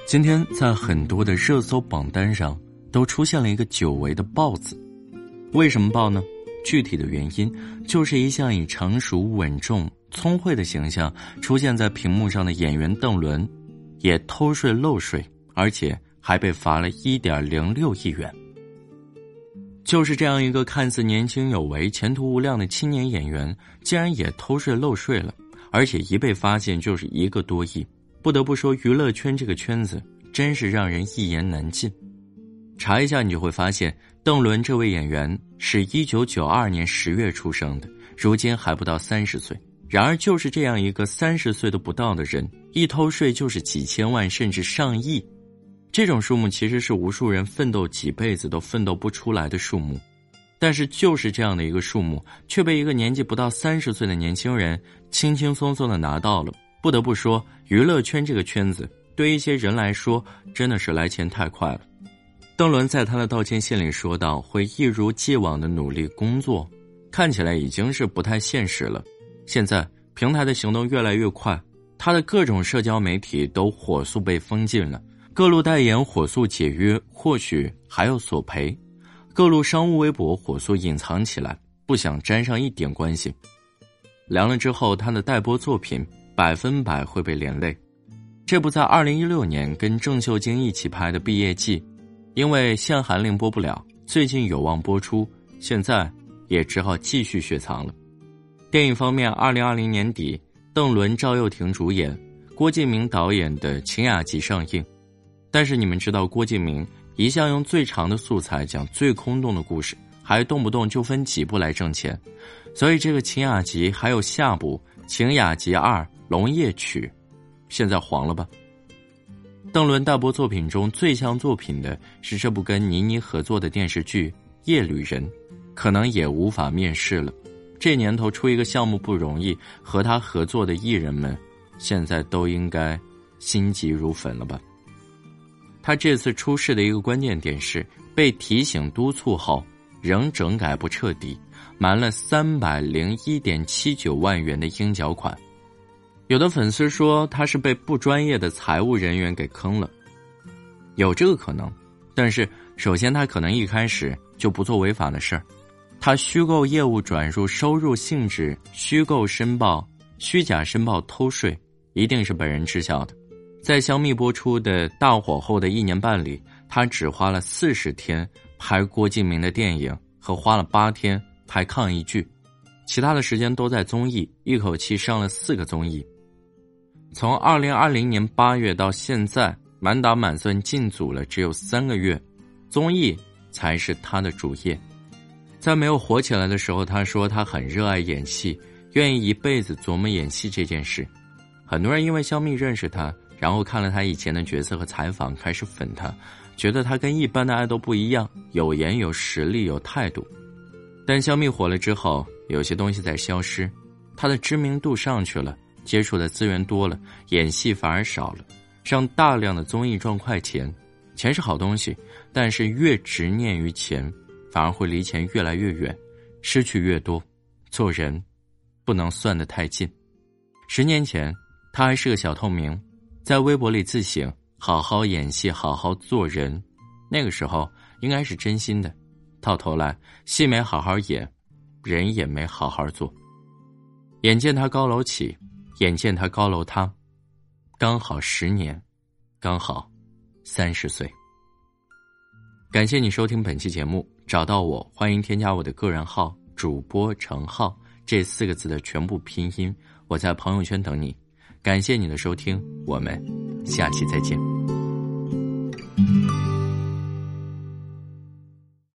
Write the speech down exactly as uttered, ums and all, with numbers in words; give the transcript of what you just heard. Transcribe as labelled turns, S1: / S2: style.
S1: 今天在很多的热搜榜单上都出现了一个久违的爆字。为什么爆呢？具体的原因就是一向以成熟稳重聪慧的形象出现在屏幕上的演员邓伦也偷税漏税，而且还被罚了 一点零六亿元。就是这样一个看似年轻有为前途无量的青年演员，竟然也偷税漏税了，而且一被发现就是一个多亿。不得不说，娱乐圈这个圈子真是让人一言难尽。查一下你就会发现，邓伦这位演员是一九九二年十月出生的，如今还不到三十岁。然而就是这样一个三十岁都不到的人，一偷税就是几千万甚至上亿。这种数目其实是无数人奋斗几辈子都奋斗不出来的数目，但是就是这样的一个数目，却被一个年纪不到三十岁的年轻人轻轻松松地拿到了。不得不说，娱乐圈这个圈子对一些人来说真的是来钱太快了。邓伦在他的道歉信里说道，会一如既往的努力工作，看起来已经是不太现实了。现在平台的行动越来越快，他的各种社交媒体都火速被封禁了，各路代言火速解约，或许还有索赔，各路商务微博火速隐藏起来，不想沾上一点关系。凉了之后，他的待播作品百分百会被连累。这部在二零一六年跟郑秀晶一起拍的毕业季，因为限韩令播不了，最近有望播出，现在也只好继续雪藏了。电影方面，二零二零年底邓伦、赵又廷主演，郭敬明导演的《晴雅集》上映。但是你们知道，郭敬明一向用最长的素材讲最空洞的故事，还动不动就分几部来挣钱，所以这个《晴雅集》还有下部《晴雅集二龙夜曲》现在黄了吧。邓伦大播作品中最像作品的是这部跟倪妮合作的电视剧《夜旅人》，可能也无法面世了。这年头出一个项目不容易，和他合作的艺人们现在都应该心急如焚了吧。他这次出事的一个关键点是被提醒督促后仍整改不彻底，瞒了三百零一点七九万元的应缴款。有的粉丝说他是被不专业的财务人员给坑了，有这个可能，但是首先他可能一开始就不做违法的事儿，他虚构业务转入收入性质，虚构申报、虚假申报偷税，一定是本人知晓的。在香蜜播出的大火后的一年半里，他只花了四十天拍郭敬明的电影和花了八天拍抗疫剧，其他的时间都在综艺，一口气上了四个综艺。从二零二零年八月到现在，满打满算进组了只有三个月，综艺才是他的主业。在没有火起来的时候，他说他很热爱演戏，愿意一辈子琢磨演戏这件事。很多人因为香蜜认识他，然后看了他以前的角色和采访，开始粉他，觉得他跟一般的爱豆不一样，有颜有实力有态度。但香蜜火了之后，有些东西在消失，他的知名度上去了，接触的资源多了，演戏反而少了，让大量的综艺赚快钱。钱是好东西，但是越执念于钱，反而会离钱越来越远，失去越多。做人不能算得太近。十年前他还是个小透明，在微博里自省，好好演戏，好好做人，那个时候应该是真心的，到头来戏没好好演，人也没好好做。眼见他高楼起，眼见他高楼塌，刚好十年，刚好三十岁。感谢你收听本期节目，找到我欢迎添加我的个人号主播程浩，这四个字的全部拼音，我在朋友圈等你。感谢你的收听，我们下期再见。